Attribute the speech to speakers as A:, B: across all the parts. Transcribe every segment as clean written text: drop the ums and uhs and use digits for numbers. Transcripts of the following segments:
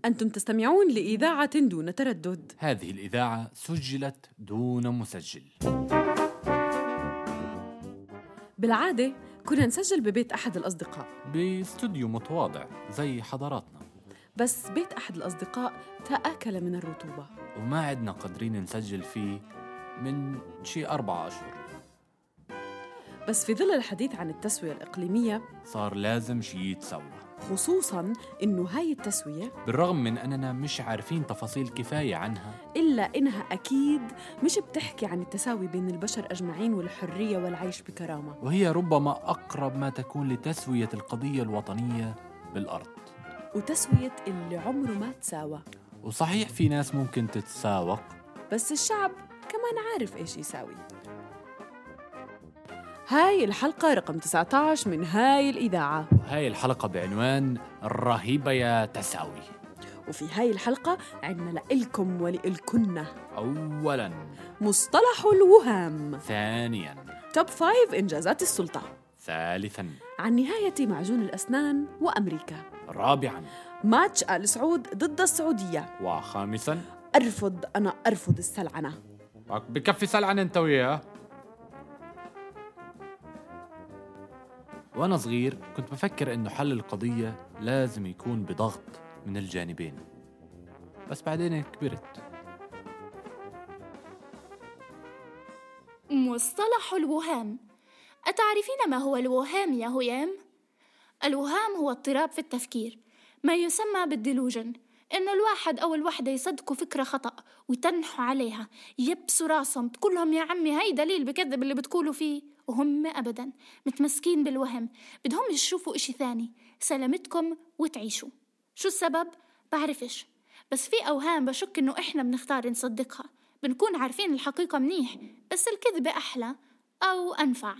A: أنتم تستمعون لإذاعة دون تردد.
B: هذه الإذاعة سجلت دون مسجل.
A: بالعادة كنا نسجل ببيت أحد الأصدقاء،
B: باستوديو متواضع زي حضراتنا،
A: بس بيت أحد الأصدقاء تآكل من الرطوبة
B: وما عدنا قادرين نسجل فيه من شي 4 أشهر.
A: بس في ظل الحديث عن التسوية الإقليمية
B: صار لازم شي يتسوى،
A: خصوصاً إنه هاي التسوية
B: بالرغم من أننا مش عارفين تفاصيل كفاية عنها،
A: إلا إنها أكيد مش بتحكي عن التساوي بين البشر أجمعين والحرية والعيش بكرامة،
B: وهي ربما أقرب ما تكون لتسوية القضية الوطنية بالأرض،
A: وتسوية اللي عمره ما تساوى.
B: وصحيح في ناس ممكن تتساوق،
A: بس الشعب كمان عارف إيش يساوي. هاي الحلقة رقم 19 من هاي الإذاعة،
B: وهاي الحلقة بعنوان الرهيبة يا تساوي.
A: وفي هاي الحلقة عنا لإلكم ولإلكن
B: أولاً
A: مصطلح الوهام،
B: ثانياً
A: توب 5 إنجازات السلطة،
B: ثالثاً
A: عن نهاية معجون الأسنان وأمريكا،
B: رابعاً
A: ماتش آل سعود ضد السعودية،
B: وخامساً
A: أنا أرفض السلعنة.
B: بكفي سلعنة أنت وياه. وأنا صغير كنت بفكر إنه حل القضية لازم يكون بضغط من الجانبين، بس بعدين كبرت.
C: مصطلح الوهام. أتعرفين ما هو الوهام يا هيام؟ الوهام هو اضطراب في التفكير، ما يسمى بالديلوجن، إنه الواحد أو الوحدة يصدقوا فكرة خطأ ويتنحوا عليها، يبسوا راسهم تقولهم يا عمي هاي دليل بكذب اللي بتقولوا فيه، وهم أبداً متمسكين بالوهم، بدهم يشوفوا إشي ثاني، سلامتكم وتعيشوا. شو السبب؟ بعرفش، بس في أوهام بشك إنه إحنا بنختار نصدقها، بنكون عارفين الحقيقة منيح بس الكذبة أحلى أو أنفع.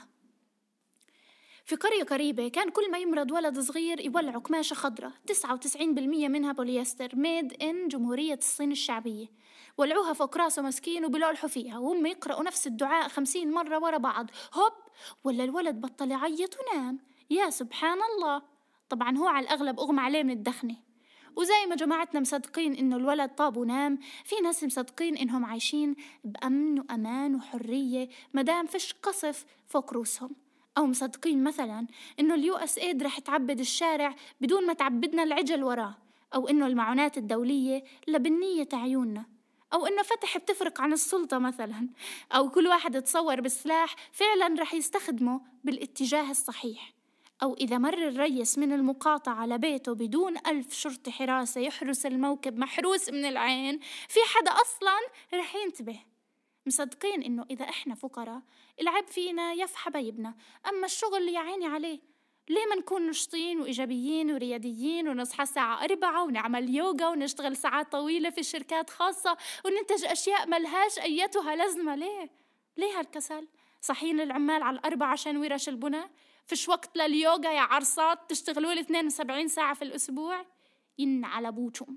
C: في قرية قريبة كان كل ما يمرض ولد صغير يولعوا قماشة خضراء 99% منها بوليستر ميد إن جمهورية الصين الشعبية، ولعوها فوق راسه مسكين وبلولحوا فيها، وهم يقرأوا نفس الدعاء 50 مرة ورا بعض، هوب ولا الولد بطل يعيط ونام. يا سبحان الله. طبعا هو على الأغلب أغمى عليه من الدخنة. وزي ما جماعتنا مصدقين إنه الولد طاب ونام، في ناس مصدقين إنهم عايشين بأمن وأمان وحرية مدام فيش قصف فوق روسهم، أو مصدقين مثلاً إنه الUSAID رح تعبد الشارع بدون ما تعبدنا العجل وراه، أو إنه المعونات الدولية لبنية عيوننا، أو إنه فتح بتفرق عن السلطة مثلاً، أو كل واحد تصور بالسلاح فعلاً رح يستخدمه بالاتجاه الصحيح، أو إذا مر الريس من المقاطعة لبيته بدون 1000 شرطي حراسة يحرس الموكب محروس من العين، في حدا أصلاً رح ينتبه. مصدقين إنه إذا إحنا فقراء العب فينا يف حبايبنا، أما الشغل يا عيني عليه. ليه ما نكون نشطين وإيجابيين ورياديين ونصحى الساعة 4 ونعمل يوغا ونشتغل ساعات طويلة في شركات خاصة وننتج أشياء ملهاش أيتها لازمة؟ ليه هالكسل؟ صحيين العمال على 4 عشان ورش البناء؟ فيش وقت لليوغا يا عرصات تشتغلوا 72 ساعة في الأسبوع؟ على بوتهم.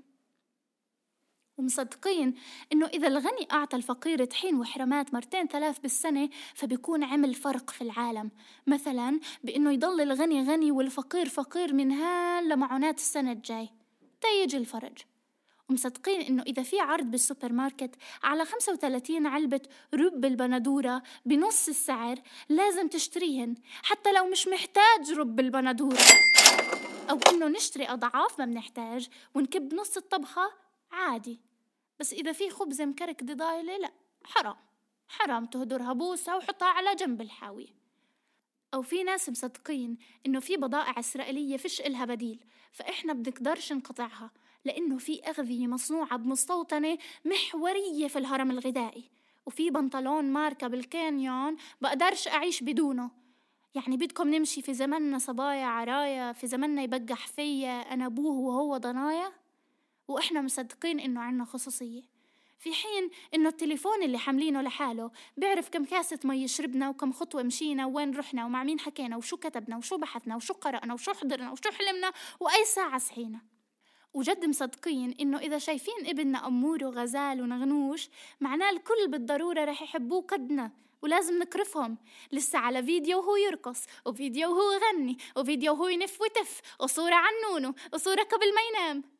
C: ومصدقين إنه إذا الغني أعطى الفقير طحين وحرمات 2-3 بالسنة فبيكون عمل فرق في العالم، مثلاً بإنه يضل الغني غني والفقير فقير من هان لمعونات السنة الجاي تيجي الفرج. ومصدقين إنه إذا في عرض بالسوبر ماركت على 35 علبة رب البندورة بنص السعر لازم تشتريهن حتى لو مش محتاج رب البندورة، أو إنه نشتري أضعاف ما بنحتاج ونكب نص الطبخة عادي، بس إذا في خبز مكرك ضايلة لا، حرام تهدرها بوسة وحطها على جنب الحاوية. أو في ناس مصدقين إنه في بضائع إسرائيلية فيش إلها بديل، فإحنا بنقدرش نقطعها لأنه في أغذية مصنوعة بمستوطنة محورية في الهرم الغذائي، وفي بنطلون ماركة بالكانيون بقدرش أعيش بدونه. يعني بدكم نمشي في زمننا صبايا عرايا، في زمننا يبقى حفية أنا أبوه وهو ضنايا، وإحنا مصدقين إنه عنا خصوصية، في حين إنه التليفون اللي حاملينه لحاله بيعرف كم كاسة مي شربنا وكم خطوة مشينا وين رحنا ومع مين حكينا وشو كتبنا وشو بحثنا وشو قرأنا وشو حضرنا وشو حلمنا وأي ساعة صحينا. وجد مصدقين إنه إذا شايفين ابننا أمور وغزال ونغنوش معناه الكل بالضرورة رح يحبوه قدنا ولازم نكرفهم. لسه على فيديو وهو يرقص، وفيديو وهو يغني، وفيديو وهو ينف وتف، وصورة عنونه، وصورة قبل ما ينام.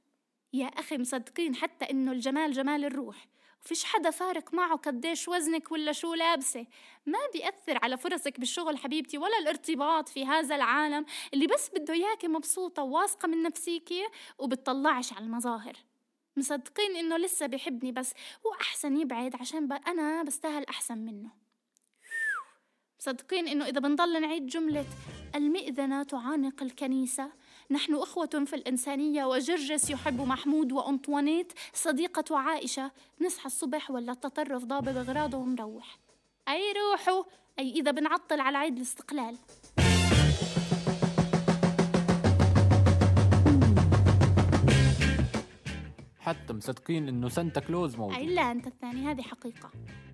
C: يا أخي مصدقين حتى إنه الجمال جمال الروح، وفيش حدا فارق معه قديش وزنك ولا شو لابسة. ما بيأثر على فرصك بالشغل حبيبتي ولا الارتباط في هذا العالم اللي بس بده إياكي مبسوطة وواثقة من نفسيكي وبتطلعش على المظاهر. مصدقين إنه لسه بيحبني بس هو أحسن يبعد عشان أنا بستاهل أحسن منه. مصدقين إنه إذا بنضل نعيد جملة المئذنة تعانق الكنيسة، نحن أخوة في الإنسانية، وجرجس يحب محمود، وأنطوانيت صديقة عائشة، نصحى الصبح ولا التطرف ضابط أغراضه ومروح. أي روحوا، أي إذا بنعطل على عيد الاستقلال.
B: حتى مصدقين إنه سانتا كلوز موجود.
C: أي لا، أنت الثاني، هذه حقيقة.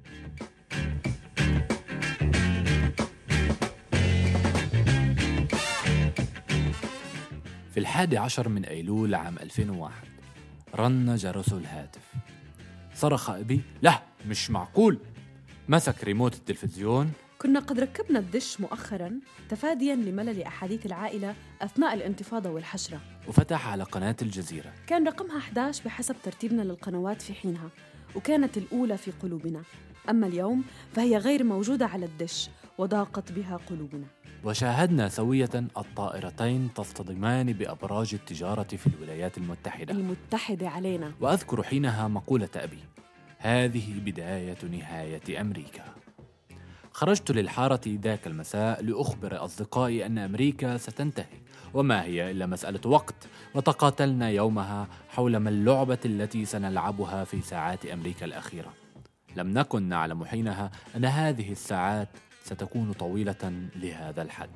B: في 11 من أيلول عام 2001 رن جرس الهاتف. صرخ أبي: لا مش معقول. مسك ريموت التلفزيون.
A: كنا قد ركبنا الدش مؤخراً تفادياً لملل أحاديث العائلة أثناء الانتفاضة والحشرة،
B: وفتح على قناة الجزيرة.
A: كان رقمها 11 بحسب ترتيبنا للقنوات في حينها، وكانت الأولى في قلوبنا. أما اليوم فهي غير موجودة على الدش وضاقت بها قلوبنا.
B: وشاهدنا سوية الطائرتين تصطدمان بأبراج التجارة في الولايات
A: المتحدة علينا.
B: وأذكر حينها مقولة أبي: هذه بداية نهاية أمريكا. خرجت للحارة ذاك المساء لأخبر أصدقائي أن أمريكا ستنتهي، وما هي إلا مسألة وقت. وتقاتلنا يومها حول ما اللعبة التي سنلعبها في ساعات أمريكا الأخيرة. لم نكن نعلم حينها أن هذه الساعات ستكون طويلة لهذا الحد.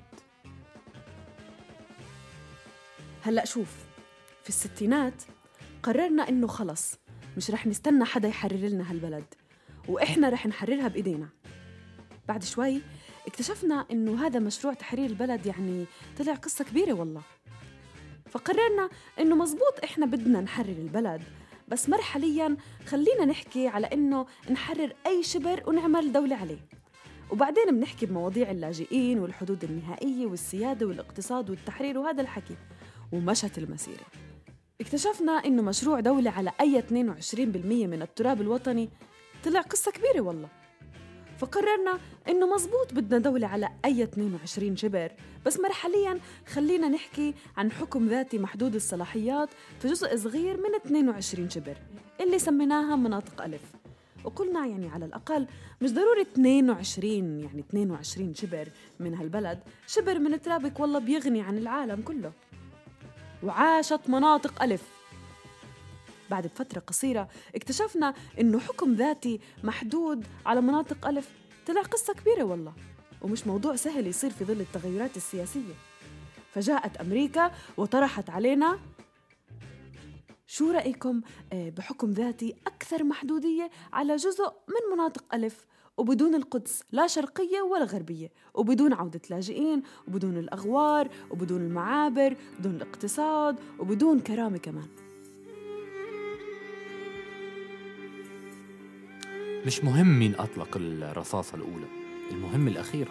A: هلأ شوف، في الستينات قررنا إنه خلص مش رح نستنى حدا يحرر لنا هالبلد، وإحنا رح نحررها بإيدينا. بعد شوي اكتشفنا إنه هذا مشروع تحرير البلد يعني طلع قصة كبيرة والله. فقررنا إنه مزبوط إحنا بدنا نحرر البلد، بس مرحلياً خلينا نحكي على إنه نحرر أي شبر ونعمل دولة عليه، وبعدين بنحكي بمواضيع اللاجئين والحدود النهائية والسيادة والاقتصاد والتحرير وهذا الحكي. ومشت المسيرة. اكتشفنا إنه مشروع دولة على أي 22% من التراب الوطني طلع قصة كبيرة والله. فقررنا إنه مزبوط بدنا دولة على أي 22 شبر، بس مرحلياً خلينا نحكي عن حكم ذاتي محدود الصلاحيات في جزء صغير من 22 شبر اللي سميناها مناطق ألف. وقلنا يعني على الأقل مش ضروري 22، يعني 22 شبر من هالبلد، شبر من ترابك والله بيغني عن العالم كله. وعاشت مناطق ألف. بعد فترة قصيرة اكتشفنا إنه حكم ذاتي محدود على مناطق ألف طلع قصة كبيرة والله، ومش موضوع سهل يصير في ظل التغيرات السياسية. فجاءت أمريكا وطرحت علينا: شو رأيكم بحكم ذاتي أكثر محدودية على جزء من مناطق ألف، وبدون القدس لا شرقية ولا غربية، وبدون عودة لاجئين، وبدون الأغوار، وبدون المعابر، بدون الاقتصاد، وبدون كرامة كمان.
B: مش مهم مين أطلق الرصاصة الأولى، المهم الأخيرة.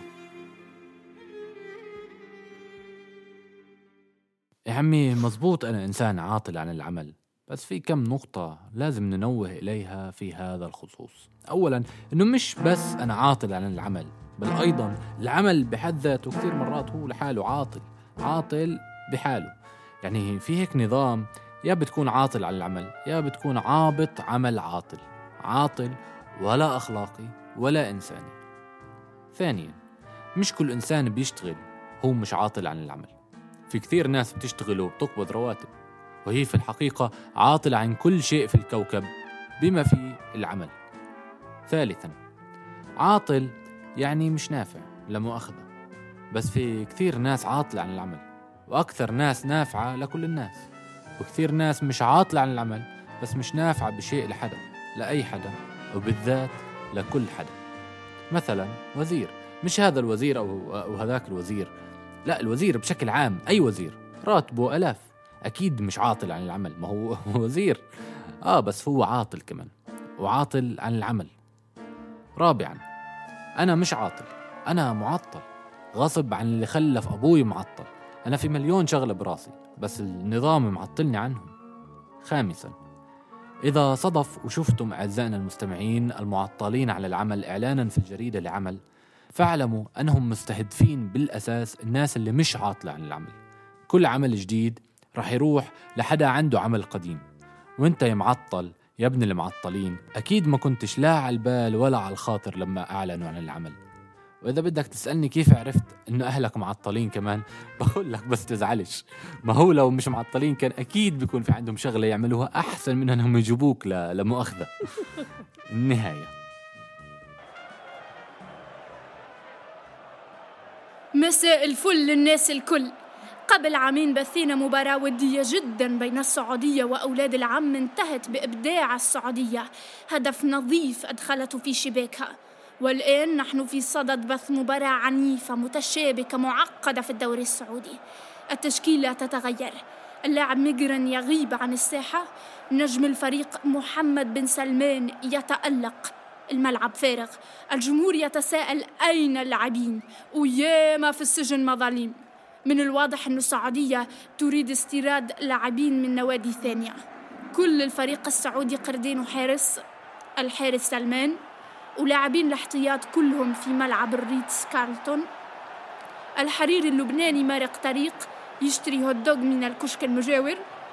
B: يا عمي مزبوط أنا إنسان عاطل عن العمل، بس في كم نقطة لازم ننوه إليها في هذا الخصوص. أولاً إنه مش بس أنا عاطل عن العمل، بل أيضاً العمل بحد ذاته كثير مرات هو لحاله عاطل بحاله. يعني في هيك نظام، يا بتكون عاطل عن العمل يا بتكون عابط عمل عاطل ولا أخلاقي ولا إنساني. ثانياً مش كل إنسان بيشتغل هو مش عاطل عن العمل. في كثير ناس بتشتغل وبتقبض رواتب، وهي في الحقيقة عاطلة عن كل شيء في الكوكب بما فيه العمل. ثالثاً عاطل يعني مش نافع، لا مؤاخذة، بس في كثير ناس عاطلة عن العمل، وأكثر ناس نافعة لكل الناس. وكثير ناس مش عاطلة عن العمل بس مش نافعة بشيء لحدا، لأي حدا، وبالذات لكل حدا. مثلاً وزير، مش هذا الوزير أو هذاك الوزير، لا، الوزير بشكل عام، أي وزير راتبه آلاف، أكيد مش عاطل عن العمل، ما هو وزير بس هو عاطل كمان، وعاطل عن العمل. رابعاً أنا مش عاطل، أنا معطل غصب عن اللي خلف أبوي معطل. أنا في مليون شغلة براسي بس النظام معطلني عنهم. خامساً، إذا صدف وشفتم أعزائنا المستمعين المعطلين على العمل إعلاناً في الجريدة لعمل، فاعلموا أنهم مستهدفين بالأساس الناس اللي مش عاطلة عن العمل. كل عمل جديد رح يروح لحدا عنده عمل قديم، وانت يا معطل يا ابن المعطلين أكيد ما كنتش لا على البال ولا على الخاطر لما أعلنوا عن العمل. وإذا بدك تسألني كيف عرفت إنه أهلك معطلين كمان، بقول لك بس تزعلش، ما هو لو مش معطلين كان أكيد بيكون في عندهم شغلة يعملوها أحسن من أنهم يجيبوك لمؤاخذة. النهاية.
C: مساء الفل للناس الكل. قبل عامين بثينا مباراة ودية جدا بين السعودية وأولاد العم انتهت بإبداع السعودية، هدف نظيف أدخلته في شباكها. والآن نحن في صدد بث مباراة عنيفة متشابكة معقدة في الدوري السعودي. التشكيلة تتغير، اللاعب ميغرن يغيب عن الساحة، نجم الفريق محمد بن سلمان يتألق، الملعب فارغ، الجمهور يتساءل أين اللاعبين، وياما في السجن مظالم. من الواضح أن السعودية تريد استيراد لاعبين من نوادي ثانية. كل الفريق السعودي قردين وحارس، الحارس سلمان، ولاعبين الاحتياط كلهم في ملعب الريتز كارلتون. الحرير اللبناني مارق طريق يشتري هوت دوغ من الكشك المجاور،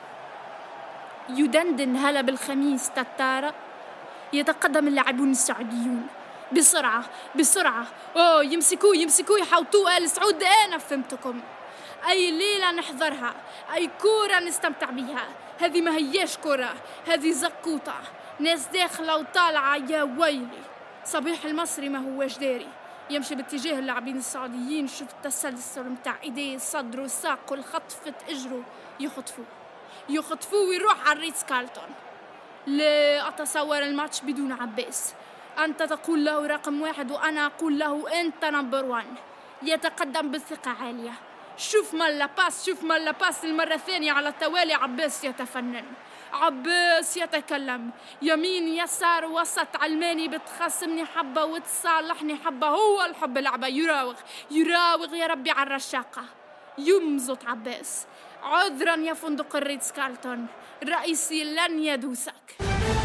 C: يدندن هلا بالخميس تتارة. يتقدم اللاعبون السعوديون بسرعة بسرعة، يمسكوه يحوطوه. آل سعود أنا فهمتكم. أي ليلة نحضرها، أي كورة نستمتع بها. هذه ما هياش كورة، هذه زقوطة، ناس داخلة وطالعة. يا ويلي، صبيح المصري ما هواش داري، يمشي باتجاه اللاعبين السعوديين. شوف التسلسل متاع ايديه، الصدر والساق والخطفة اجره، يخطفوه ويروح على الريتز كارلتون. لا أتصور الماتش بدون عباس. أنت تقول له رقم 1 وأنا أقول له أنت نمبر 1. يتقدم بثقة عالية. شوف مالا باس المرة الثانية على التوالي. عباس يتفنن، عباس يتكلم، يمين يسار وسط علماني، بتخصمني حبة وتصالحني حبة. هو الحب لعبة، يراوغ يا ربي على الرشاقة. يمزط عباس، عذرا يا فندق الريتز كارلتون، رئيسي لن يدوسك.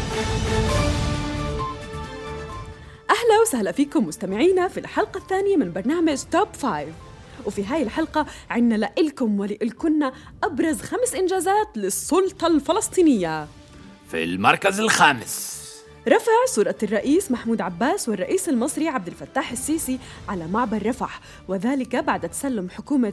A: أهلا وسهلا فيكم مستمعينا في الحلقة الثانية من برنامج توب 5. وفي هاي الحلقة عنا لإلكم ولإلكن أبرز 5 إنجازات للسلطة الفلسطينية.
B: في المركز الخامس،
A: رفع صورة الرئيس محمود عباس والرئيس المصري عبد الفتاح السيسي على معبر رفح، وذلك بعد تسلم حكومة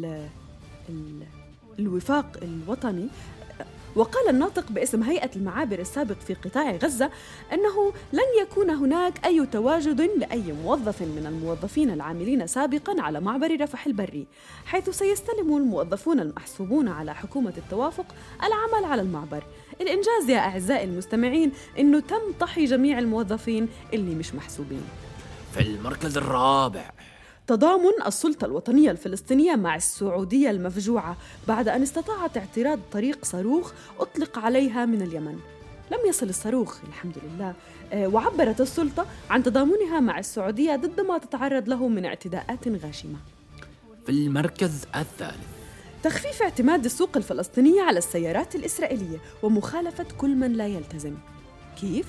A: الوفاق الوطني. وقال الناطق باسم هيئة المعابر السابق في قطاع غزة أنه لن يكون هناك أي تواجد لأي موظف من الموظفين العاملين سابقاً على معبر رفح البري، حيث سيستلم الموظفون المحسوبون على حكومة التوافق العمل على المعبر. الإنجاز يا أعزائي المستمعين إنه تم طحي جميع الموظفين اللي مش محسوبين.
B: في المركز الرابع،
A: تضامن السلطة الوطنية الفلسطينية مع السعودية المفجوعة بعد أن استطاعت اعتراض طريق صاروخ أطلق عليها من اليمن. لم يصل الصاروخ الحمد لله، وعبرت السلطة عن تضامنها مع السعودية ضد ما تتعرض له من اعتداءات غاشمة.
B: في المركز الثالث،
A: تخفيف اعتماد السوق الفلسطينية على السيارات الإسرائيلية ومخالفة كل من لا يلتزم. كيف؟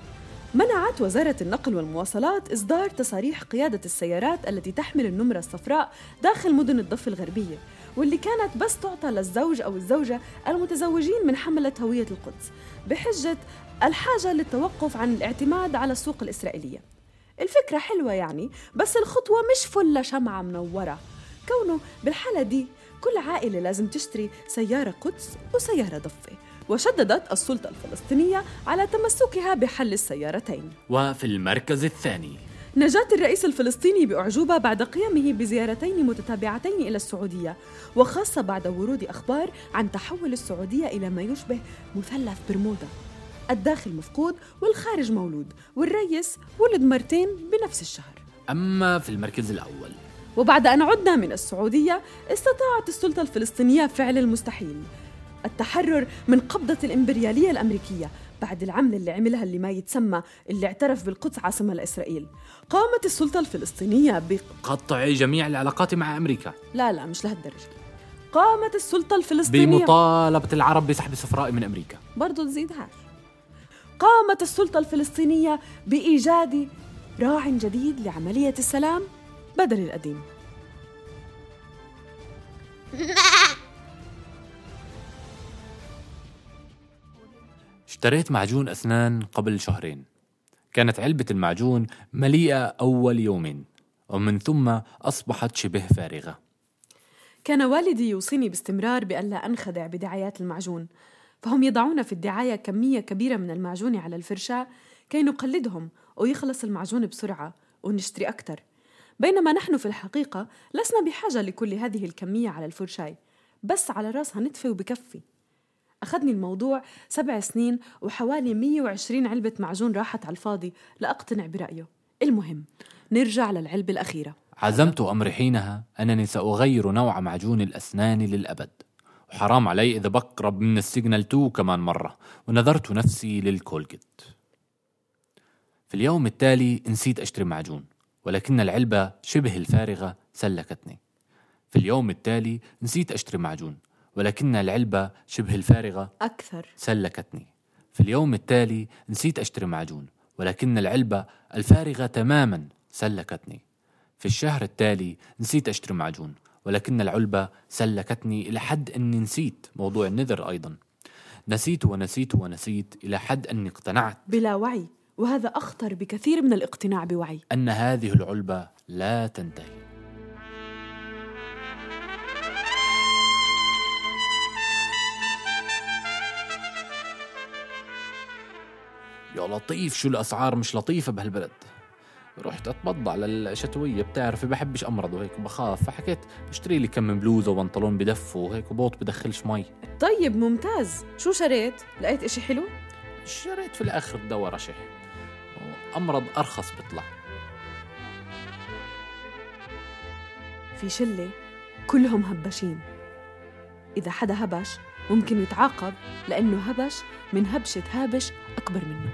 A: منعت وزارة النقل والمواصلات إصدار تصاريح قيادة السيارات التي تحمل النمرة الصفراء داخل مدن الضفة الغربية، واللي كانت بس تعطى للزوج أو الزوجة المتزوجين من حملة هوية القدس بحجة الحاجة للتوقف عن الاعتماد على السوق الإسرائيلية. الفكرة حلوة يعني، بس الخطوة مش فل شمعة منورة، كونه بالحالة دي كل عائلة لازم تشتري سيارة قدس وسيارة ضفة. وشددت السلطة الفلسطينية على تمسكها بحل السيارتين.
B: وفي المركز الثاني،
A: نجاة الرئيس الفلسطيني بأعجوبة بعد قيامه بزيارتين متتابعتين إلى السعودية، وخاصة بعد ورود أخبار عن تحول السعودية إلى ما يشبه مثلث برمودا، الداخل مفقود والخارج مولود، والرئيس ولد مرتين بنفس الشهر.
B: أما في المركز الأول،
A: وبعد أن عدنا من السعودية استطاعت السلطة الفلسطينية فعل المستحيل، التحرر من قبضة الإمبريالية الأمريكية بعد العمل اللي عملها اللي ما يتسمى اللي اعترف بالقدس عاصمة لإسرائيل. قامت السلطة الفلسطينية
B: بقطع جميع العلاقات مع أمريكا.
A: لا مش لهالدرجة. قامت السلطة الفلسطينية
B: بمطالبة العرب بسحب السفراء من أمريكا.
A: برضو تزيدهاش. قامت السلطة الفلسطينية بإيجاد راع جديد لعملية السلام بدل القديم.
B: اشتريت معجون أسنان قبل شهرين. كانت علبة المعجون مليئة أول يومين، ومن ثم أصبحت شبه فارغة.
A: كان والدي يوصيني باستمرار بأن لا أنخدع بدعايات المعجون، فهم يضعون في الدعاية كمية كبيرة من المعجون على الفرشاة كي نقلدهم ويخلص المعجون بسرعة ونشتري أكتر، بينما نحن في الحقيقة لسنا بحاجة لكل هذه الكمية على الفرشاة، بس على راسها نتفة وبكفي. أخذني الموضوع 7 سنين وحوالي 120 علبة معجون راحت على الفاضي لأقتنع برأيه. المهم نرجع للعلبة الأخيرة.
B: عزمت أمري حينها أنني سأغير نوع معجون الأسنان للأبد، وحرام علي إذا بقرب من السيجنال 2 كمان مرة، ونذرت نفسي للكولجيت. في اليوم التالي نسيت أشتري معجون، ولكن العلبة شبه الفارغة سلكتني. في اليوم التالي نسيت أشتري معجون، ولكن العلبة شبه الفارغة
A: أكثر
B: سلكتني. في اليوم التالي نسيت أشتري معجون، ولكن العلبة الفارغة تماما سلكتني. في الشهر التالي نسيت أشتري معجون، ولكن العلبة سلكتني إلى حد أني نسيت موضوع النذر أيضا. نسيت ونسيت ونسيت إلى حد أني اقتنعت
A: بلا وعي، وهذا أخطر بكثير من الاقتناع بوعي،
B: أن هذه العلبة لا تنتهي. يا لطيف، شو الأسعار مش لطيفة بهالبلد. رحت أتبضع للشتوية، بتعرفي بحبش أمرض وهيك بخاف، فحكيت بشتري لي كم بلوزة وبنطلون بدفوا وهيك وبوط بدخلش مي.
A: طيب ممتاز، شو شريت؟ لقيت إشي حلو؟
B: شريت في الآخر دواء رشح، أمرض أرخص بيطلع.
A: في شلة كلهم هبشين، إذا حدا هبش ممكن يتعاقب لأنه هبش من هبشة هابش أكبر منه.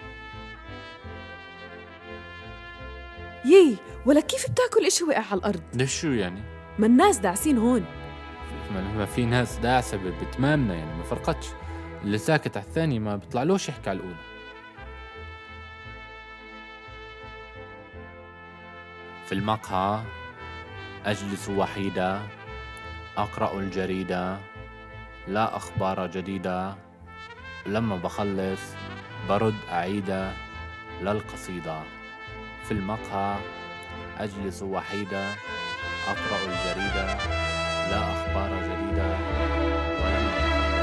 A: ولا كيف بتاكل إشي وقع على الأرض؟
B: ليش شو يعني؟
A: ما الناس داعسين هون.
B: ما في ناس داعسة بتمامنا يعني، ما فرقتش. اللي ساكت على الثاني ما بيطلعلوش يحكي على الأولى. في المقهى أجلس وحيدة أقرأ الجريدة، لا أخبار جديدة. لما بخلص برد أعيدة للقصيدة. في المقهى أجلس وحيدة أقرأ الجريدة، لا أخبار جديدة. ولما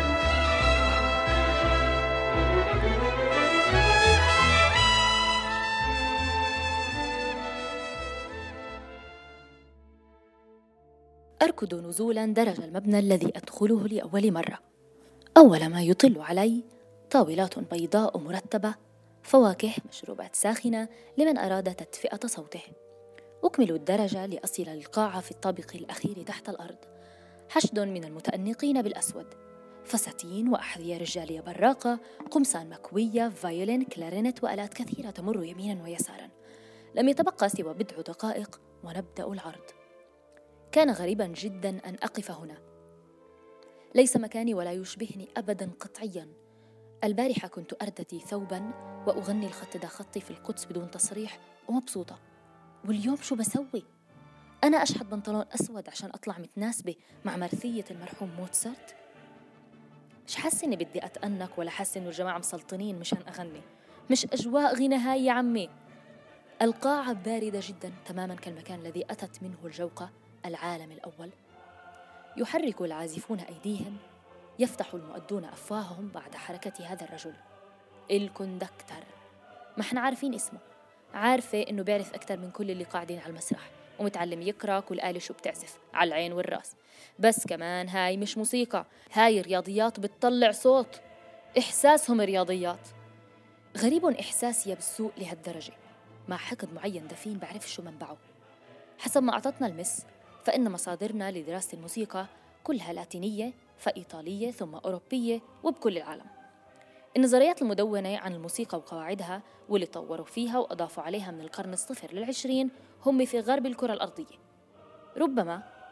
D: أركض نزولا درج المبنى الذي أدخله لأول مرة. أول ما يطل علي طاولات بيضاء مرتبة، فواكه، مشروبات ساخنة لمن أراد تدفئة صوته. أكمل الدرجة لأصل للقاعة في الطابق الأخير تحت الأرض. حشد من المتأنقين بالأسود، فساتين وأحذية رجالية براقة، قمصان مكوية، فايولين، كلارينت وآلات كثيرة تمر يمينا ويسارا. لم يتبقى سوى بضع دقائق ونبدأ العرض. كان غريبا جدا أن أقف هنا، ليس مكاني ولا يشبهني أبدا قطعيا. البارحة كنت أردتي ثوبا وأغني الخط دا خطي في القدس بدون تصريح ومبسوطة، واليوم شو بسوي؟ أنا أشحط بنطلون أسود عشان أطلع متناسبة مع مرثية المرحوم موتسارت؟ مش حاسة إني بدي أتأنق، ولا حاسة إنه الجماعة مسلطنين مشان أغني. مش أجواء غنى هاي يا عمي. القاعة باردة جدا تماما كالمكان الذي أتت منه الجوقة، العالم الأول. يحرك العازفون أيديهم، يفتح المؤدون أفواههم بعد حركة هذا الرجل الكوندكتر. ما احنا عارفين اسمه، عارفة إنه بيعرف أكتر من كل اللي قاعدين على المسرح، ومتعلم يقرأ كل آلة شو بتعزف على العين والرأس. بس كمان هاي مش موسيقى، هاي رياضيات بتطلع صوت. إحساسهم رياضيات. غريب إحساسي بالسوء لهالدرجة، مع حقد معين دفين بعرف شو منبعه. حسب ما أعطتنا المس، فإن مصادرنا لدراسة الموسيقى كلها لاتينية، فإيطالية، ثم أوروبية، وبكل العالم. النظريات المدونة عن الموسيقى وقواعدها واللي طوروا فيها وأضافوا عليها من القرن الصفر للعشرين هم في غرب الكرة الأرضية. ربما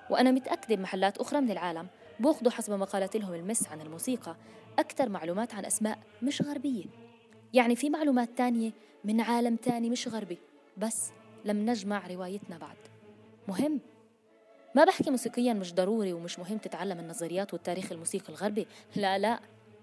D: وأنا متأكدة بمحلات أخرى من العالم بأخذوا حسب ما قالت لهم المس عن الموسيقى أكثر معلومات عن أسماء مش غربية. يعني في معلومات تانية من عالم تاني مش غربي، بس لم نجمع روايتنا بعد. مهم. ما بحكي موسيقيا مش ضروري ومش مهم تتعلم النظريات والتاريخ الموسيقى الغربي، لا.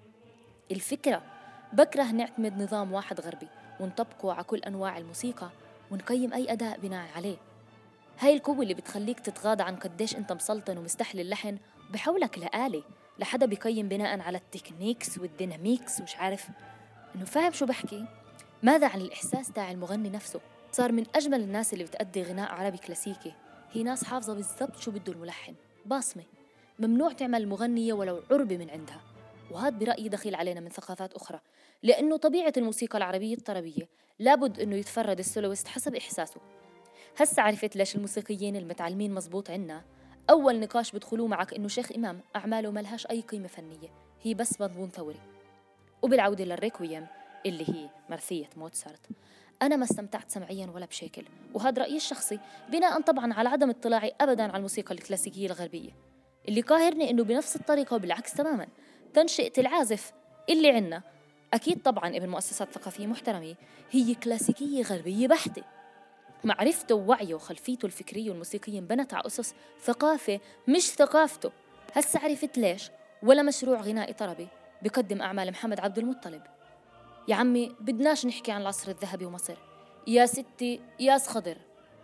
D: الفكرة بكره نعتمد نظام واحد غربي ونطبقه على كل أنواع الموسيقى ونقيم أي أداء بناء عليه. هاي القوة اللي بتخليك تتغاضى عن قديش أنت مسلطن ومستحل اللحن وبحولك لآلة لحدا بيقيم بناء على التكنيكس والديناميكس ومش عارف إنه فاهم شو بحكي. ماذا عن الإحساس تاع المغني نفسه؟ صار من أجمل الناس اللي بتأدي غناء عربي كلاسيكي هي ناس حافظة بالضبط شو بده الملحن، باصمة. ممنوع تعمل مغنية ولو عربة من عندها، وهذا برأيي دخيل علينا من ثقافات أخرى، لأنه طبيعة الموسيقى العربية الطربية لابد أنه يتفرد السولويست حسب إحساسه. هسا عرفت ليش الموسيقيين المتعلمين مزبوط عنا أول نقاش بدخلوه معك إنه شيخ إمام أعماله ملهاش أي قيمة فنية، هي بس مضمون ثوري. وبالعودة للريكويم اللي هي مرثية موتسارت، أنا ما استمتعت سمعيا ولا بشكل، وهذا رأيي الشخصي بناء طبعا على عدم اطلاعي أبدا على الموسيقى الكلاسيكية الغربية. اللي قاهرني إنه بنفس الطريقة وبالعكس تماما تنشئة العازف اللي عنا أكيد طبعا ابن مؤسسات ثقافية محترمة هي كلاسيكية غربية بحتة. معرفته ووعيه وخلفيته الفكرية والموسيقية انبنت على أسس ثقافة مش ثقافته. هسا عرفت ليش ولا مشروع غنائي طربي بقدم أعمال محمد عبد المطلب. يا عمي بدناش نحكي عن العصر الذهبي ومصر، يا ستي ياس خضر.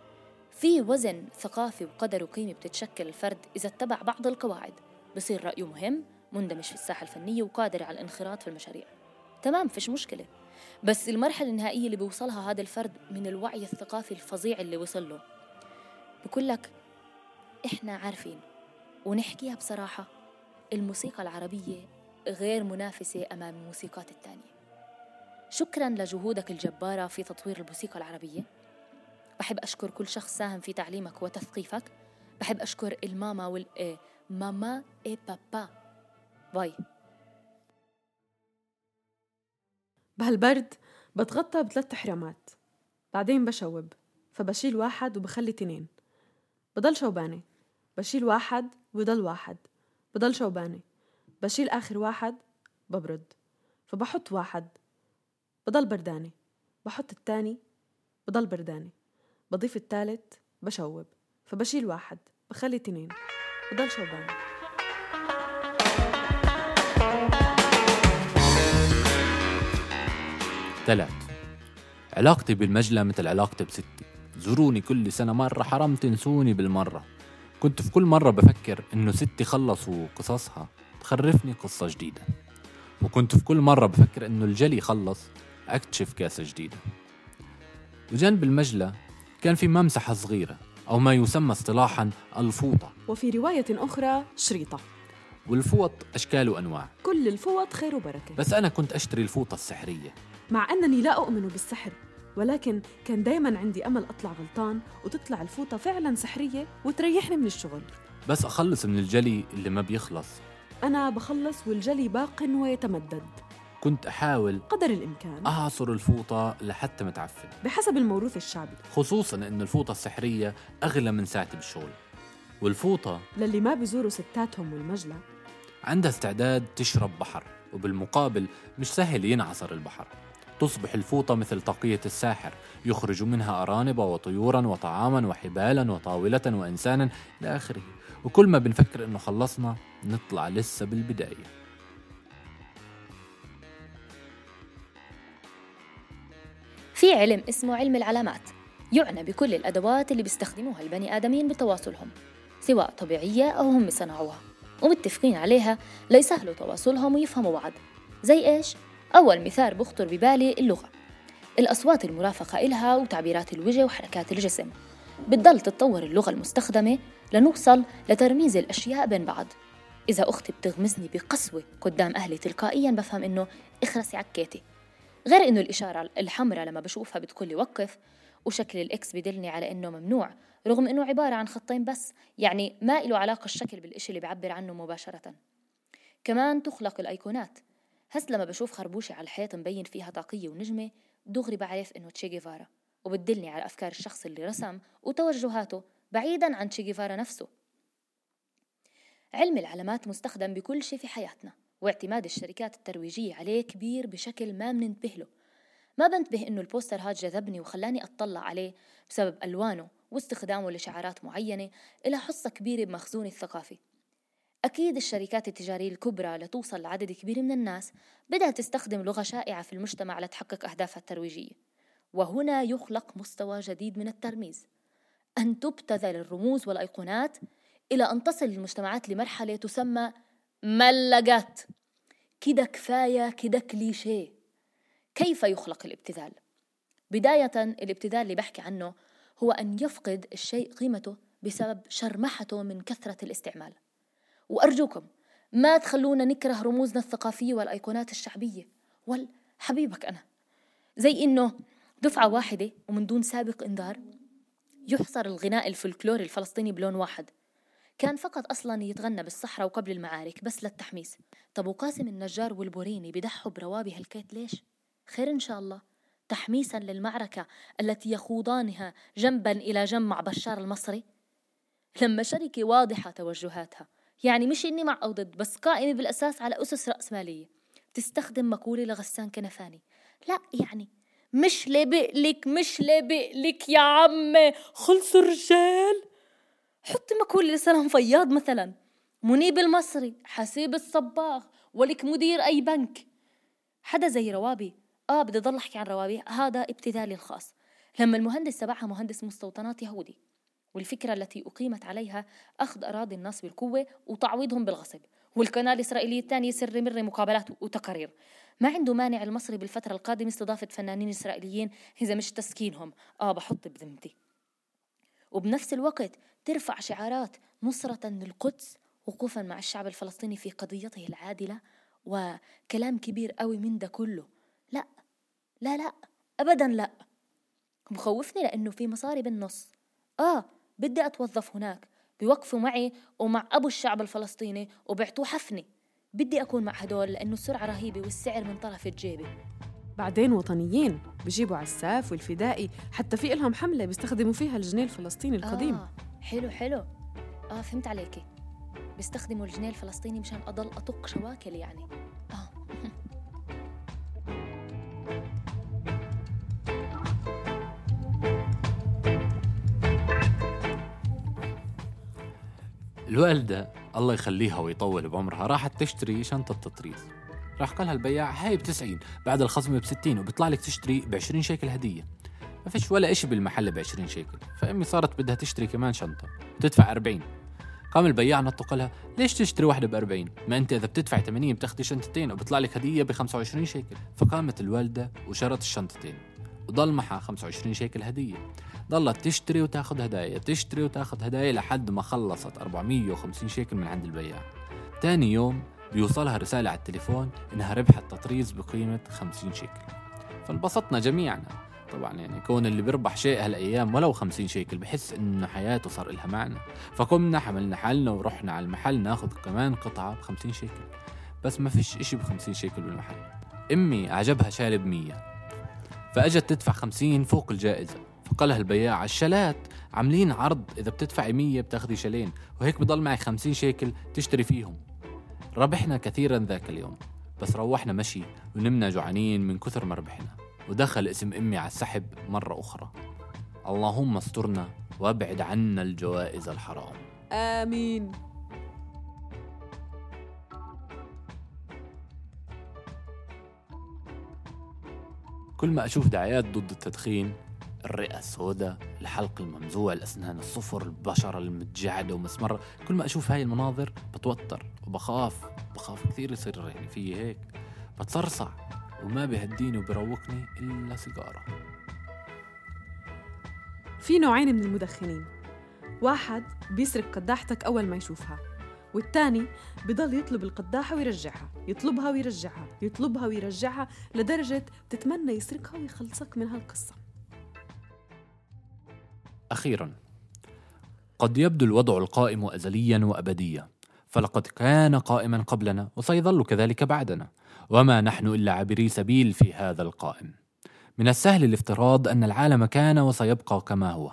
D: في وزن ثقافي وقدر وقيمة بتتشكل الفرد إذا اتبع بعض القواعد، بصير رأيه مهم مندمج في الساحة الفنية وقادر على الانخراط في المشاريع. تمام، فيش مشكلة. بس المرحلة النهائية اللي بيوصلها هذا الفرد من الوعي الثقافي الفظيع اللي وصل له، بقول لك إحنا عارفين ونحكيها بصراحة، الموسيقى العربية غير منافسة أمام الموسيقات التانية. شكراً لجهودك الجبارة في تطوير الموسيقى العربية. بحب أشكر كل شخص ساهم في تعليمك وتثقيفك. بحب أشكر الماما ماما بابا. باي.
A: بهالبرد بتغطى ب3 حرامات، بعدين بشوب، فبشيل 1 وبخلي 2، بضل شوبانة، بشيل 1 وبضل 1، بضل شوبانة، بشيل آخر 1 ببرد، فبحط 1 بضل بردانة، بحط الثاني بضل بردانة، بضيف الثالث بشوب، فبشيل 1 بخلي 2 بضل شوبانة.
B: ثلاث، علاقتي بالمجلة مثل علاقتي بستي، زوروني كل سنة مرة، حرام تنسوني بالمرة. كنت في كل مرة بفكر إنه ستي خلصوا قصصها تخرفني قصة جديدة، وكنت في كل مرة بفكر إنه الجلي خلص أكتشف كاسة جديدة. وجنب المجلة كان في ممسحة صغيرة أو ما يسمى اصطلاحاً الفوطة،
A: وفي رواية أخرى شريطة.
B: والفوط أشكال وأنواع،
A: كل الفوط خير وبركة.
B: بس أنا كنت أشتري الفوطة السحرية،
A: مع أنني لا أؤمن بالسحر، ولكن كان دايماً عندي أمل أطلع غلطان وتطلع الفوطة فعلاً سحرية وتريحني من الشغل.
B: بس أخلص من الجلي اللي ما بيخلص.
A: أنا بخلص والجلي باق ويتمدد.
B: كنت أحاول
A: قدر الإمكان
B: أعصر الفوطة لحتى ما تعفن،
A: بحسب الموروث الشعبي،
B: خصوصاً إن الفوطة السحرية أغلى من ساعتي بالشغل. والفوطة
A: للي ما بيزوروا ستاتهم والمجلة
B: عندها استعداد تشرب بحر، وبالمقابل مش سهل ينعصر البحر. تصبح الفوطة مثل طاقية الساحر، يخرج منها أرانب وطيورا وطعاما وحبالا وطاولة وإنسانا إلى آخره. وكل ما بنفكر إنه خلصنا نطلع لسه بالبداية.
D: في علم اسمه علم العلامات، يعنى بكل الأدوات اللي بيستخدموها البني آدمين بتواصلهم، سواء طبيعية أو هم صنعوها ومتفقين عليها ليسهلوا تواصلهم ويفهموا بعض. زي إيش؟ أول مثال بخطر ببالي اللغة، الأصوات المرافقة إلها وتعبيرات الوجه وحركات الجسم. بتضل تتطور اللغة المستخدمة لنوصل لترميز الأشياء بين بعض. إذا أختي بتغمزني بقسوة قدام أهلي تلقائياً بفهم إنه اخرسي عكيتي، غير إنه الإشارة الحمراء لما بشوفها بتقولي وقف، وشكل الإكس بدلني على إنه ممنوع، رغم إنه عبارة عن خطين بس، يعني ما إله علاقة الشكل بالإشي اللي بيعبر عنه مباشرة. كمان تخلق الأيقونات، هس لما بشوف خربوشة على الحيط مبين فيها طاقية ونجمة دغري بعرف إنه تشي جيفارا، وبتدلني على أفكار الشخص اللي رسم وتوجهاته بعيداً عن تشي جيفارا نفسه. علم العلامات مستخدم بكل شيء في حياتنا، واعتماد الشركات الترويجية عليه كبير بشكل ما بننتبه له. ما بنتبه إنه البوستر هاد جذبني وخلاني أطلع عليه بسبب ألوانه واستخدامه لشعارات معينة إلى حصة كبيرة بمخزون الثقافي. أكيد الشركات التجارية الكبرى لتوصل لعدد كبير من الناس بدأت تستخدم لغة شائعة في المجتمع لتحقق أهدافها الترويجية، وهنا يخلق مستوى جديد من الترميز، أن تبتذل الرموز والأيقونات إلى أن تصل المجتمعات لمرحلة تسمى ملقات. كده كفاية، كده كليشيه. كيف يخلق الابتذال؟ بداية، الابتذال اللي بحكي عنه هو أن يفقد الشيء قيمته بسبب شرمحته من كثرة الاستعمال. وأرجوكم ما تخلونا نكره رموزنا الثقافية والأيقونات الشعبية والحبيبك أنا، زي إنه دفعة واحدة ومن دون سابق إنذار يحصر الغناء الفلكلوري الفلسطيني بلون واحد، كان فقط أصلاً يتغنى بالصحراء وقبل المعارك بس للتحميس. طب وقاسم النجار والبوريني بيضحوا بروابي هالكيت ليش؟ خير إن شاء الله، تحميساً للمعركة التي يخوضانها جنباً إلى جنب مع بشار المصري. لما شركة واضحة توجهاتها، يعني مش إني مع أو ضد، بس قائمة بالأساس على أسس رأسمالية، تستخدم مقولة لغسان كنفاني، لا يعني مش لبقلك يا عمي خلص الرجال، حط مقولة لسلام فياض مثلا، منيب المصري، حسيب الصباغ، ولك مدير أي بنك. حدا زي روابي، بدي أضل أحكي عن روابي، هذا ابتذالي الخاص. لما المهندس تبعها مهندس مستوطنات يهودي، والفكرة التي أقيمت عليها أخذ أراضي الناس بالقوة وتعويضهم بالغصب، والقناة الإسرائيلية الثانية سر مر مقابلات وتقارير. ما عنده مانع المصري بالفترة القادمة استضافة فنانين إسرائيليين إذا مش تسكينهم، بحط بذمتي. وبنفس الوقت ترفع شعارات نصرة للقدس، وقوفا مع الشعب الفلسطيني في قضيته العادلة، وكلام كبير قوي من ده كله. لا لا لا أبدا لا، مخوفني لأنه في مصاري بالنص. بدي أتوظف هناك، بيوقفوا معي ومع أبو الشعب الفلسطيني وبيعطوه حفني. بدي أكون مع هدول لأنه السرعة رهيبة والسعر من طرف جيبي.
A: بعدين وطنيين بيجيبوا عساف والفدائي، حتى في إلهم حملة بيستخدموا فيها الجنيه الفلسطيني القديم.
D: حلو. فهمت عليكي، بيستخدموا الجنيه الفلسطيني مشان أضل أطق شواكل يعني.
B: الوالدة الله يخليها ويطول بعمرها راحت تشتري شنطة تطريز. راح قالها البياع هاي ب90 بعد الخصم ب60، وبيطلع لك تشتري ب20 شيكل هدية. ما فيش ولا إشي بالمحل ب20 شيكل. فأمي صارت بدها تشتري كمان شنطة وتدفع 40. قام البياع نطق لها ليش تشتري واحدة ب40؟ ما أنت إذا بتدفع 80 بتاخدي شنطتين وبيطلع لك هدية ب25 شيكل. فقامت الوالدة وشرت الشنطتين وضل معها 25 شيكل هدية. ضلت تشتري وتاخد هدايا، تشتري وتاخد هدايا لحد ما خلصت 450 شيكل من عند البياع. تاني يوم بيوصلها رسالة على التليفون إنها ربحت تطريز بقيمة 50 شيكل. فانبسطنا جميعنا طبعا، يعني كون اللي بيربح شيء هالأيام ولو 50 شيكل بحس إنه حياته صار إلها معنى. فقمنا حملنا حالنا ورحنا على المحل ناخد كمان قطعة ب50 شيكل، بس ما فيش إشي ب50 شيكل بالمحل. أمي عجبها شارب 100 فأجت تدفع 50 فوق الجائزة. فقالها البياع الشالات عاملين عرض إذا بتدفعي 100 بتاخدي شالين، وهيك بضل معي 50 شيكل تشتري فيهم. ربحنا كثيرا ذاك اليوم، بس روحنا مشي ونمنا جوعانين من كثر ما ربحنا. ودخل اسم أمي على السحب مرة أخرى. اللهم استرنا وابعد عنا الجوائز الحرام،
A: آمين.
B: كل ما أشوف دعايات ضد التدخين، الرئة السوداء، الحلق الممزوع، الأسنان الصفر، البشرة المتجعدة ومسمرة، كل ما أشوف هاي المناظر بتوتر وبخاف كثير يصير يعني فيه هيك، بتصرصع وما بيهديني وبيروقني إلا سيجارة.
A: في نوعين من المدخنين، واحد بيسرق قداحتك أول ما يشوفها، والتاني بضل يطلب القداحة ويرجعها، يطلبها ويرجعها، يطلبها ويرجعها، لدرجة تتمنى يسرقها ويخلصك من هالقصة.
B: أخيراً، قد يبدو الوضع القائم أزلياً وأبدياً، فلقد كان قائماً قبلنا وسيظل كذلك بعدنا، وما نحن إلا عبري سبيل في هذا القائم. من السهل الافتراض أن العالم كان وسيبقى كما هو،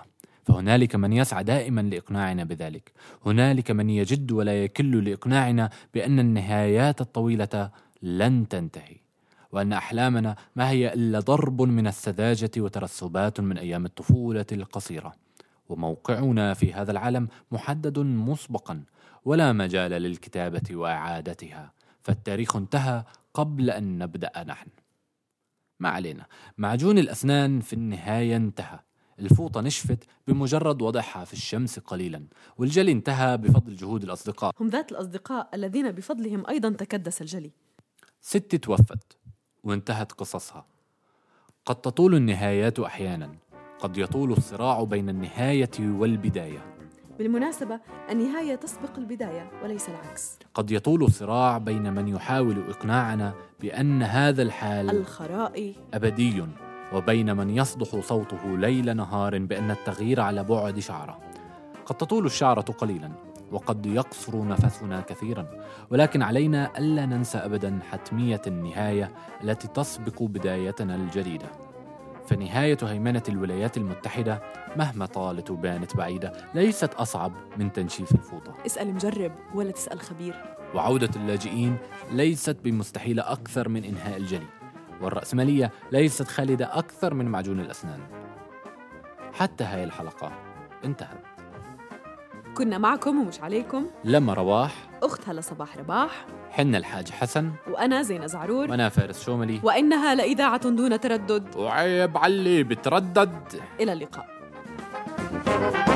B: فهنالك من يسعى دائما لإقناعنا بذلك. هنالك من يجد ولا يكل لإقناعنا بأن النهايات الطويلة لن تنتهي، وأن أحلامنا ما هي إلا ضرب من السذاجة وترسبات من أيام الطفولة القصيرة، وموقعنا في هذا العالم محدد مسبقا ولا مجال للكتابة وإعادتها، فالتاريخ انتهى قبل أن نبدأ نحن. ما علينا، معجون الأسنان في النهاية انتهى، الفوطة نشفت بمجرد وضعها في الشمس قليلا، والجلي انتهى بفضل جهود الأصدقاء،
A: هم ذات الأصدقاء الذين بفضلهم أيضا تكدس الجلي.
B: ست توفت وانتهت قصصها. قد تطول النهايات أحيانا، قد يطول الصراع بين النهاية والبداية.
A: بالمناسبة النهاية تسبق البداية وليس العكس.
B: قد يطول الصراع بين من يحاول إقناعنا بأن هذا الحال
A: الخرائي
B: أبدي، وبين من يصدح صوته ليل نهار بأن التغيير على بعد شعرة. قد تطول الشعرة قليلا وقد يقصر نفسنا كثيرا، ولكن علينا ألا ننسى أبدا حتمية النهاية التي تسبق بدايتنا الجديدة. فنهاية هيمنة الولايات المتحدة مهما طالت وبانت بعيدة ليست أصعب من تنشيف الفوطة.
A: اسأل مجرب ولا تسأل خبير.
B: وعودة اللاجئين ليست بمستحيلة أكثر من إنهاء الجلي، والرأسمالية ليست خالدة أكثر من معجون الأسنان. حتى هاي الحلقة انتهت.
A: كنا معكم ومش عليكم
B: لما رواح،
A: أختها لصباح رباح،
B: حنا الحاج حسن،
A: وأنا زينة زعرور،
B: وأنا فارس شوملي،
A: وإنها لإذاعة دون تردد،
B: وعيب علي بتردد.
A: إلى اللقاء.